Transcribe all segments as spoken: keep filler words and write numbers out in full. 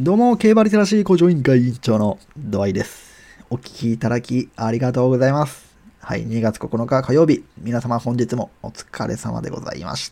どうも、競馬リテラシー向上委員会委員長のドアイです。お聞きいただきありがとうございます。はい、にがつここのか火曜日、皆様本日もお疲れ様でございました。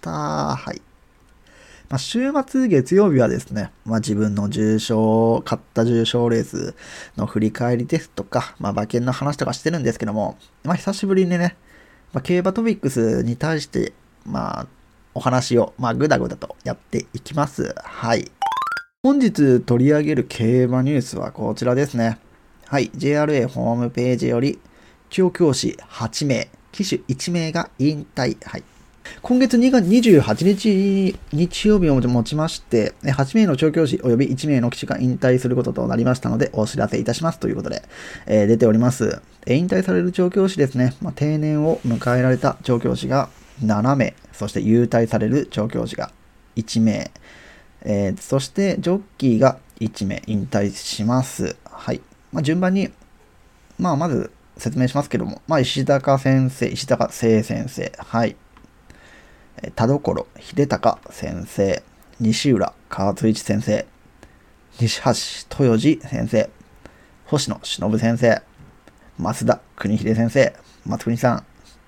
はい。まあ、週末月曜日はですね、まあ、自分の重賞、勝った重賞レースの振り返りですとか、まあ、馬券の話とかしてるんですけども、まあ、久しぶりにね、まあ、競馬トピックスに対して、まあ、お話を、まあ、ぐだぐだとやっていきます。はい。本日取り上げる競馬ニュースはこちらですね。はい。ジェイアールエー ホームページより、調教師はちめい、騎手いちめいが引退。はい。今月にがつにじゅうはちにち日曜日をもちまして、はちめいの調教師及びいちめいの騎手が引退することとなりましたので、お知らせいたしますということで、えー、出ております。引退される調教師ですね。まあ、定年を迎えられた調教師がななめい、そして優退される調教師がいちめい、えー、そしてジョッキーがいちめい引退します。はい。まあ、順番に、まあ、まず説明しますけども、まあ、石高先生、石高聖先生、はい。田所秀隆先生、西浦勝一先生、西橋豊次先生、星野忍先生、増田邦秀先生、松国さん、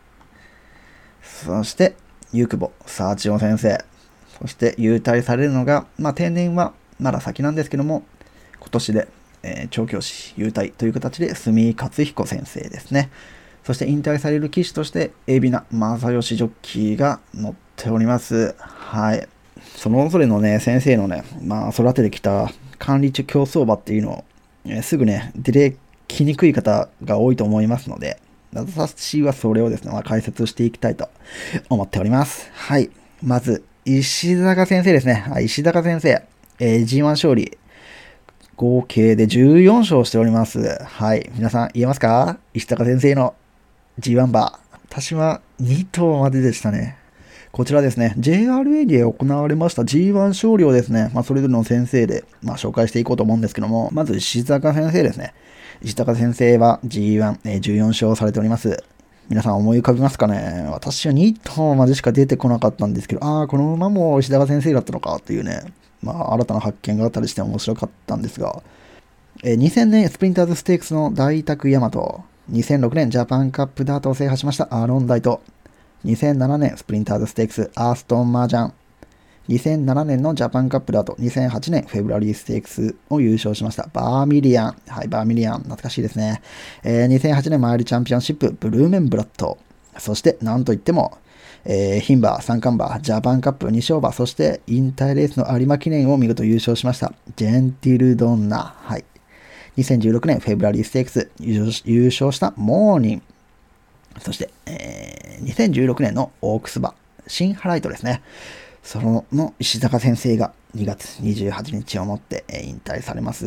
そして、ゆくぼ幸男先生、そして優退されるのが、まあ、定年はまだ先なんですけども、今年で、えー、調教師優退という形で、住勝彦先生ですね。そして引退される騎手として、海老名正義ジョッキーが乗っております。はい。そのぞれのね、先生のね、まあ、育ててきた管理中競走馬っていうのを、えー、すぐね、出てきにくい方が多いと思いますので、私はそれをですね、まあ、解説していきたいと思っております。はい。まず、石坂先生ですね。はい、石坂先生、えー、ジーワン 勝利、合計でじゅうよん勝しております。はい。皆さん言えますか？石坂先生の ジーワン 馬。私はに頭まででしたね。こちらですね、ジェイアールエー で行われました ジーワン 勝利をですね、まあ、それぞれの先生で、まあ、紹介していこうと思うんですけども、まず石坂先生ですね。石坂先生は ジーワン、えー、じゅうよん勝されております。皆さん思い浮かびますかね？私はに頭までしか出てこなかったんですけど、ああ、この馬も石高先生だったのかっていうね、まあ、新たな発見があったりして面白かったんですが、えー、にせんねんスプリンターズステークスの大宅大和、にせんろくねんジャパンカップダートを制覇しましたアーロン大と、にせんななねんスプリンターズステークスアーストンマージャン、にせんななねんのジャパンカップダート、にせんはちねんフェブラリーステークスを優勝しましたバーミリアン。はい、バーミリアン、懐かしいですね。えー、にせんはちねんマイルチャンピオンシップブルーメンブラッド。そして、なんといっても、えー、牝馬、三冠馬、ジャパンカップに勝馬、そして引退レースの有馬記念を見事優勝しましたジェンティルドンナ。はい。にせんじゅうろくねんフェブラリーステークス優勝したモーニン。そして、えー、にせんじゅうろくねんのオークス馬、シンハライトですね。そのの石坂先生がにがつにじゅうはちにちをもって引退されます。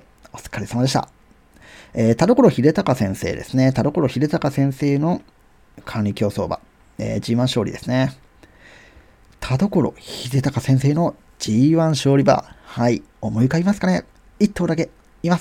お疲れ様でした。えー、田所秀隆先生ですね。田所秀隆先生の管理競走馬、えー、ジーワン 勝利ですね。田所秀隆先生の ジーワン 勝利馬。はい。思い浮かびますかね？いっ頭だけいます。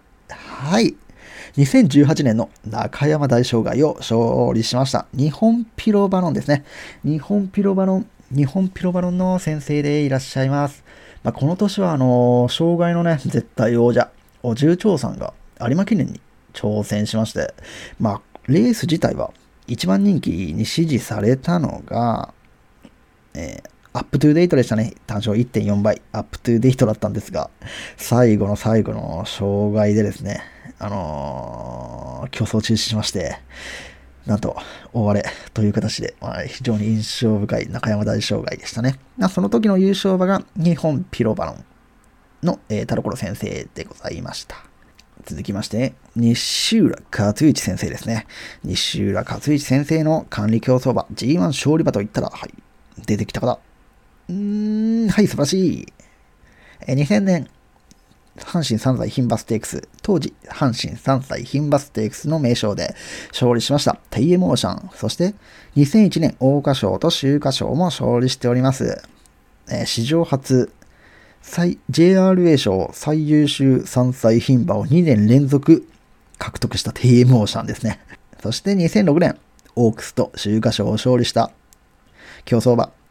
はい。にせんじゅうはちねんの中山大障害を勝利しました。日本ピロバロンですね。日本ピロバロン。日本ピロバロンの先生でいらっしゃいます。まあ、この年は、あのー、障害のね、絶対王者、お重長さんが有馬記念に挑戦しまして、まあ、レース自体はいちばん人気に支持されたのが、えー、アップトゥーデイトでしたね。単勝 いってんよん 倍、アップトゥーデイトだったんですが、最後の最後の障害でですね、あのー、競争中止しまして、なんと、大荒れという形で、まあ、非常に印象深い中山大障害でしたね。その時の優勝馬が日本ピロバロンの、えー、田所先生でございました。続きまして、西浦勝一先生ですね。西浦勝一先生の管理競走馬 ジーワン 勝利馬といったら、はい、出てきた方。うーん、はい、素晴らしい。えー、にせんねん、阪神さんさい牝馬ステークス、当時阪神さんさい牝馬ステークスの名称で勝利しましたテイエモーション。そしてにせんいちねん桜花賞と秋華賞も勝利しております。えー、史上初 ジェイアールエー 賞最優秀さんさい牝馬をにねん連続獲得したテイエモーションですね。そしてにせんろくねんオークスと秋華賞を勝利した競走馬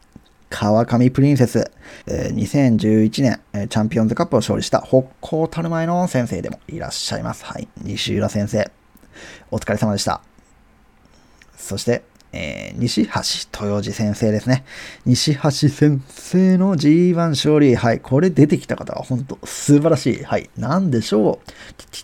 川上プリンセス、えー、にせんじゅういちねん、えー、チャンピオンズカップを勝利した北高たる前の先生でもいらっしゃいます。はい。西浦先生、お疲れ様でした。そして、えー、西橋豊司先生ですね。西橋先生の ジーワン 勝利。はい。これ出てきた方は本当素晴らしい。はい。なんでしょう。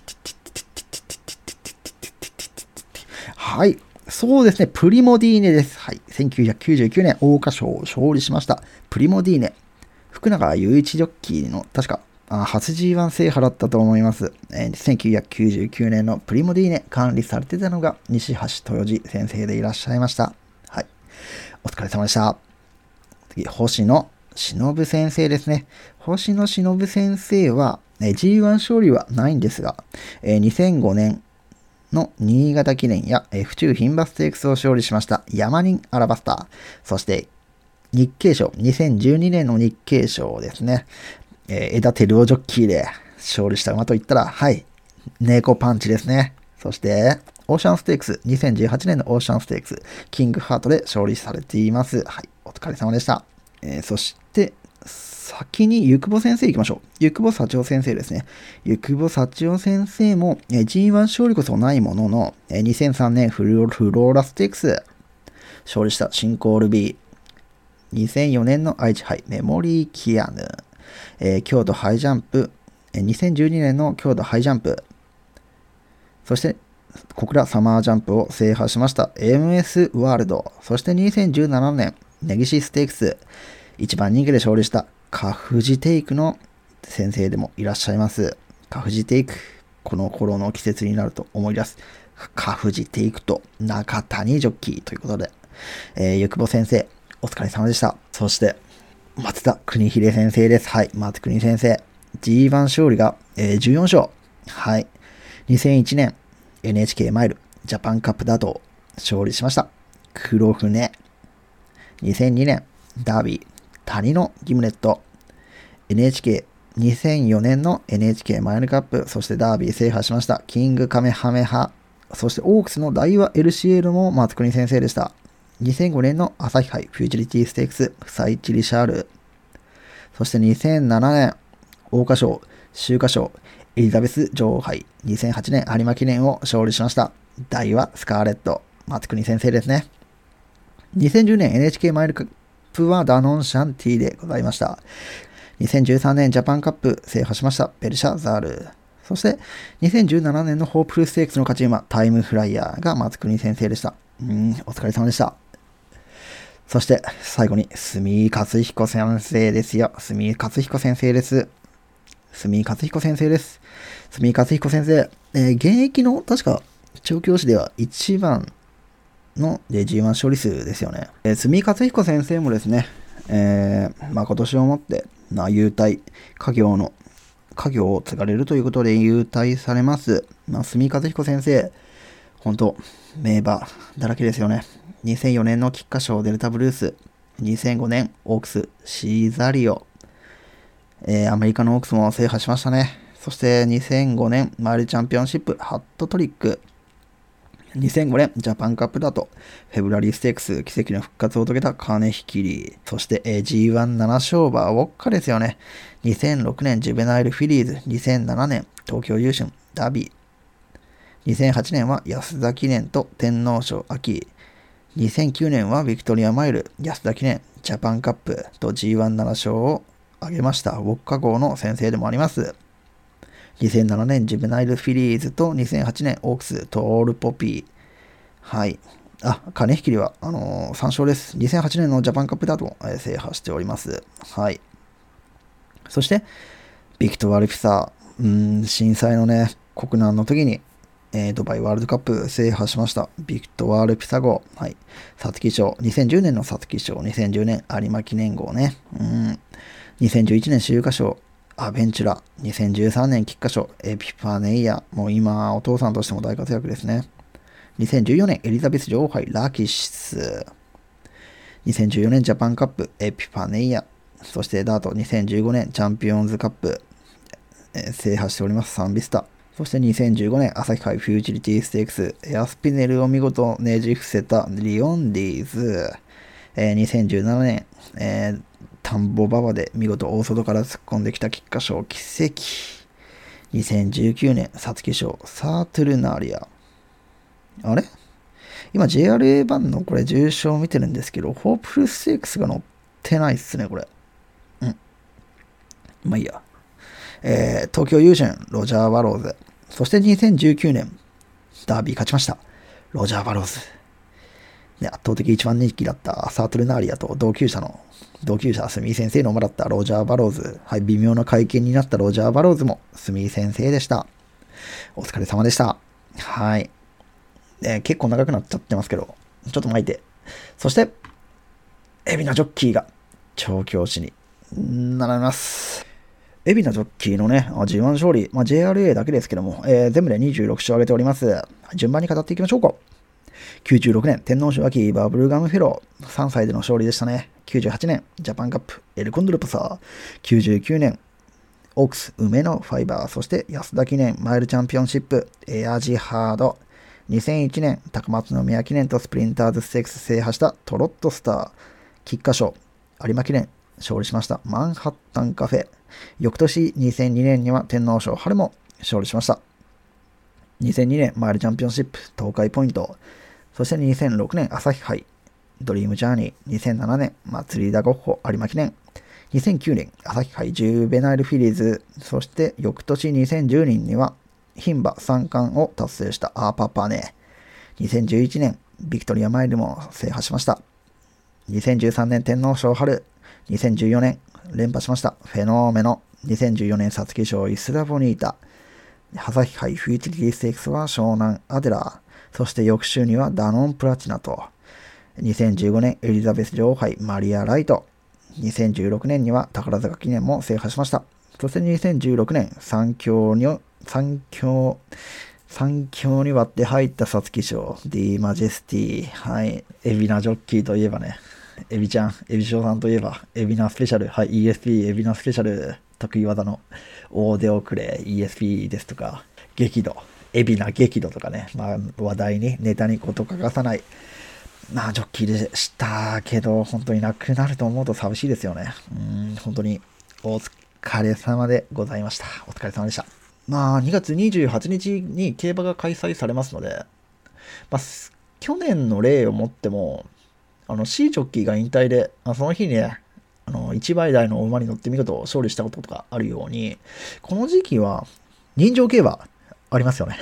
はい。そうですね。プリモディーネです。はい。せんきゅうひゃくきゅうじゅうきゅうねん、桜花賞を勝利しました。プリモディーネ。福永雄一ジョッキーの、確か、あ初 ジーワン 制覇だったと思います、えー。せんきゅうひゃくきゅうじゅうきゅうねんのプリモディーネ管理されてたのが西橋豊司先生でいらっしゃいました。はい。お疲れ様でした。次、星野忍先生ですね。星野忍先生は、えー、ジーワン 勝利はないんですが、えー、にせんごねんの新潟記念や、えー、府中牝馬ステークスを勝利しました山人アラバスター。そして、日経賞、にせんじゅうにねんの日経賞ですね。えー、枝照夫ジョッキーで勝利した馬といったら、はい、猫パンチですね。そして、オーシャンステークス、にせんじゅうはちねんのオーシャンステークス、キングハートで勝利されています。はい、お疲れ様でした。えー、そして、先にゆくぼ先生行きましょう。ゆくぼ幸男先生ですね。ゆくぼ幸男先生も、えー、ジーワン 勝利こそないものの、えー、にせんさんねんフローラステークス、勝利したシンコール B、にせんよねんの愛知杯メモリーキアヌ、えー、京都ハイジャンプ、えー、にせんじゅうにねんの京都ハイジャンプ、そして小倉サマージャンプを制覇しました エムエス ワールド、そしてにせんじゅうななねん根岸ステークスいちばん人気で勝利したカフジテイクの先生でもいらっしゃいます。カフジテイク、この頃の季節になると思い出すカフジテイクと中谷ジョッキーということで、えー、ゆくぼ先生お疲れ様でした。そして松田邦秀先生です。はい、松国先生 ジーワン 勝利が、えー、じゅうよん勝。はい、にせんいちねん エヌエイチケー マイルジャパンカップだと勝利しました黒船。にせんにねんダービー谷のギムレット、 エヌエイチケーにせんよねんの エヌエイチケー マイルカップ、そしてダービー制覇しましたキングカメハメハ。そしてオークスの大和 エルシーエル も松国先生でした。にせんごねんの朝日杯フューチュリティステークスサイチリシャール、そしてにせんななねん桜花賞秋華賞エリザベス女王杯、にせんはちねん有馬記念を勝利しました大和スカーレット、松国先生ですね。にせんじゅうねん エヌエイチケー マイルカップはダノンシャンティでございました。にせんじゅうさんねんジャパンカップ制覇しましたベルシャザール、そしてにせんじゅうななねんのホープフルステークスの勝ち馬タイムフライヤーが松国先生でした。うーんお疲れ様でした。そして最後に住井勝彦先生ですよ。住井勝彦先生です。住井勝彦先生です。住井勝彦先生、えー、現役の確か調教師ではいちばんの ジーワン 勝利数ですよね。えー、住井勝彦先生もですね、えーまあ、今年をもって、まあ、優退家業の家業を継がれるということで優退されます。まあ、住井勝彦先生本当名馬だらけですよね。にせんよねんの菊花賞デルタブルース、にせんごねんオークスシーザリオ、えー、アメリカのオークスも制覇しましたね。そしてにせんごねんマイルチャンピオンシップハットトリック、にせんごねんジャパンカップだとフェブラリーステークス奇跡の復活を遂げた金ヒキリ、そして、えー、ジーワンなな 勝馬ウォッカですよね。にせんろくねんジュベナイルフィリーズ、にせんななねん東京優春ダービー、にせんはちねんは安田記念と天皇賞秋、にせんきゅうねんはビクトリアマイル安田記念ジャパンカップと ジーワンなな 勝を挙げましたウォッカ号の先生でもあります。にせんななねんジュベナイルフィリーズとにせんはちねんオークストールポピー、はい、あ金引きはあのー、さん勝です。にせんはちねんのジャパンカップだと、えー、制覇しております。はい。そしてビクトワルフィサー、うーん震災のね国難の時にえー、ドバイワールドカップ制覇しましたビクトワール・ピサ号、はい、皐月賞、にせんじゅうねんの皐月賞、にせんじゅうねん有馬記念号ね、うん、にせんじゅういちねん秋華賞アベンチュラ、にせんじゅうさんねん菊花賞エピファネイア、もう今お父さんとしても大活躍ですね。にせんじゅうよねんエリザベス女王杯ラキシス、にせんじゅうよねんジャパンカップエピファネイア、そしてダートにせんじゅうごねんチャンピオンズカップ、えー、制覇しておりますサンビスタ、そしてにせんじゅうごねん朝日杯フューチュリティステークスエアスピネルを見事ねじ伏せたリオンディーズ、 えー、にせんじゅうななねん、えー、田んぼ馬場で見事大外から突っ込んできた菊花賞奇跡。にせんじゅうきゅうねん、皐月賞サートゥルナーリア。あれ今 ジェイアールエー 版のこれ重賞を見てるんですけど、ホープフルステークスが載ってないっすね、これ。うん。まあいいや。えー、東京優順、ロジャー・バローズ。そしてにせんじゅうきゅうねん、ダービー勝ちました。ロジャー・バローズ。ね、圧倒的一番人気だったサートルナーリアと同級者の、同級者、スミー先生の馬だったロジャー・バローズ。はい、微妙な会見になったロジャー・バローズもスミー先生でした。お疲れ様でした。はい。えー、結構長くなっちゃってますけど、ちょっと巻いて。そして、海老名ジョッキーが調教師になられます。海老名ジョッキーのね、ジーワン 勝利、まあ、ジェイアールエー だけですけども、えー、全部でにじゅうろく勝を挙げております。順番に語っていきましょうか。きゅうじゅうろくねん、天皇賞秋バブルガムフェロー、さんさいでの勝利でしたね。きゅうじゅうはちねん、ジャパンカップ、エルコンドルパサー。きゅうじゅうきゅうねん、オークス、梅のファイバー。そして安田記念、マイルチャンピオンシップ、エアジハード。にせんいちねん、高松宮記念とスプリンターズステークス制覇したトロットスター。菊花賞、有馬記念、勝利しました。マンハッタンカフェ。翌年、にせんにねんには天皇賞春も勝利しました。にせんにねん、マイルチャンピオンシップ、東海ポイント。そしてにせんろくねん、朝日杯、ドリームジャーニー。にせんななねん、祭りだごっこ、有馬記念。にせんきゅうねん、朝日杯、ジューベナイルフィリーズ。そして翌年にせんじゅうねんには、牝馬三冠を達成したアーパパネ。にせんじゅういちねん、ビクトリアマイルも制覇しました。にせんじゅうさんねん、天皇賞春。にせんじゅうよねん、連覇しました。フェノーメノ。にせんじゅうよねん、皐月賞イスラボニータ。朝日杯フューチリティステークスは湘南アデラー。そして翌週にはダノンプラチナと。にせんじゅうごねん、エリザベス女王杯マリアライト。にせんじゅうろくねんには宝塚記念も制覇しました。そしてにせんじゅうろくねん、三強に、三強、三強に割って入った皐月賞、ディマジェスティ。はい。海老名ジョッキーといえばね、エビちゃん、エビショウさんといえば、海老名スペシャル、はい、イーエスピー、海老名スペシャル、得意技の大手遅れ、イーエスピー ですとか、激怒、海老名激怒とかね、まあ、話題に、ネタにこと欠かさない、まあ、ジョッキーでしたけど、本当になくなると思うと寂しいですよね。うん、本当に、お疲れ様でございました。お疲れ様でした。まあ、にがつにじゅうはちにちに競馬が開催されますので、まあ、去年の例をもっても、あの C ジョッキーが引退で、あその日にね、あのいちばい台の馬に乗って見事勝利したこととかあるように、この時期は人情競馬ありますよね。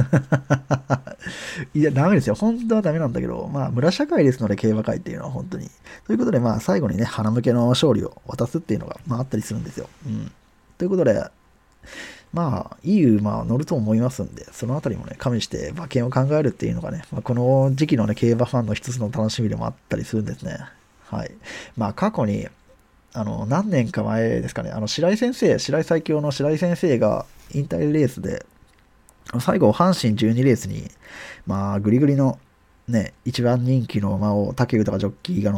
いや、ダメですよ。本当はダメなんだけど、まあ、村社会ですので、競馬界っていうのは本当に。ということで、まあ、最後にね、花向けの勝利を渡すっていうのが、まあ、あったりするんですよ。うん。ということで、まあ、いい馬は乗ると思いますんで、そのあたりもね、加味して馬券を考えるっていうのがね、まあ、この時期のね、競馬ファンの一つの楽しみでもあったりするんですね。はい。まあ、過去に、あの、何年か前ですかね、あの、白井先生、白井最強の白井先生が引退レースで、最後、阪神じゅうにレースに、まあ、グリグリのね、一番人気の馬を武豊ジョッキーが乗って、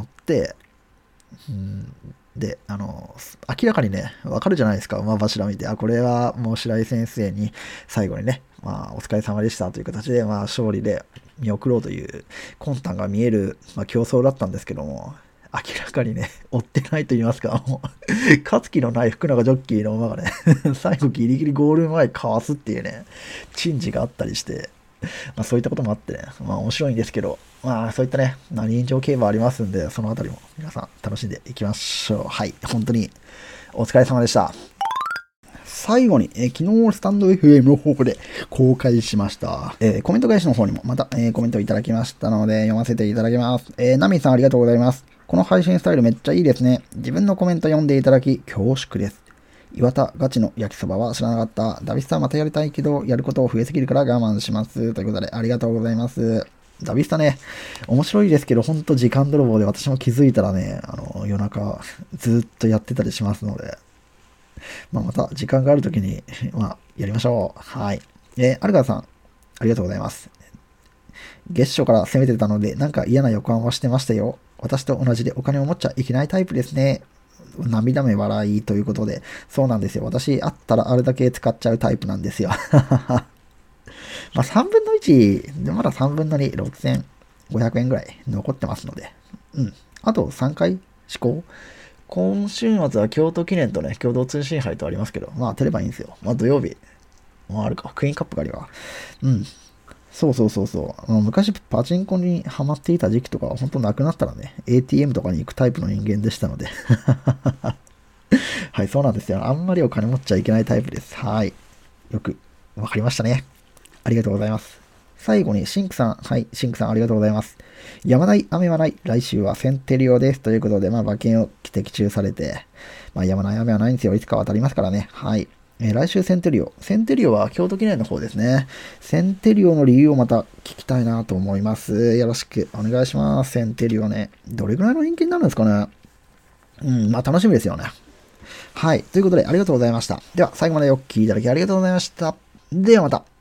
うんで、あの、明らかにね、わかるじゃないですか、馬柱見て、あ、これはもう白井先生に最後にね、まあ、お疲れ様でしたという形で、まあ、勝利で見送ろうという魂胆が見える、まあ、競争だったんですけども、明らかにね、追ってないと言いますか、もう、勝つ気のない福永ジョッキーの馬がね、最後ギリギリゴール前かわすっていうね、珍事があったりして、まあそういったこともあってね、まあ面白いんですけど、まあそういったね、まあ人情競馬ありますんで、そのあたりも皆さん楽しんでいきましょう。はい、本当にお疲れ様でした。最後に、えー、昨日スタンド エフエム の方で公開しました、えー、コメント返しの方にもまた、えー、コメントいただきましたので読ませていただきます。えー、ナミさんありがとうございます。この配信スタイルめっちゃいいですね。自分のコメント読んでいただき恐縮です。岩田ガチの焼きそばは知らなかった。ダビスタまたやりたいけど、やること増えすぎるから我慢します。ということで、ありがとうございます。ダビスタね、面白いですけど、ほんと時間泥棒で私も気づいたらね、あの、夜中ずっとやってたりしますので、まあ、また時間があるときに、まあ、やりましょう。はい。えー、アルガーさん、ありがとうございます。月初から攻めてたので、なんか嫌な予感はしてましたよ。私と同じでお金を持っちゃいけないタイプですね。涙目笑いということで、そうなんですよ。私、あったらあれだけ使っちゃうタイプなんですよ。まあ、さんぶんのいち、でまださんぶんのに、ろくせんごひゃくえんぐらい残ってますので、うん。 あとさんかい試行。今週末は京都記念とね、共同通信杯とありますけど、まあ当てればいいんですよ。まあ土曜日。もうあるか。クイーンカップがあるわ。うん。そうそうそうそう。あの昔パチンコにハマっていた時期とかは本当なくなったらね、エーティーエム とかに行くタイプの人間でしたので。はい、そうなんですよ。あんまりお金持っちゃいけないタイプです。はい。よくわかりましたね。ありがとうございます。最後に、シンクさん。はい、シンクさんありがとうございます。やまない、雨はない。来週はセンテリオです。ということで、まあ、馬券を的中されて、まあ、やまない、雨はないんですよ。いつかは当たりますからね。はい。えー、来週センテリオ。センテリオは京都記念の方ですね。センテリオの理由をまた聞きたいなと思います。よろしくお願いします。センテリオね。どれぐらいの人気になるんですかね。うん、まあ楽しみですよね。はい。ということで、ありがとうございました。では、最後までお聴きいただきありがとうございました。ではまた。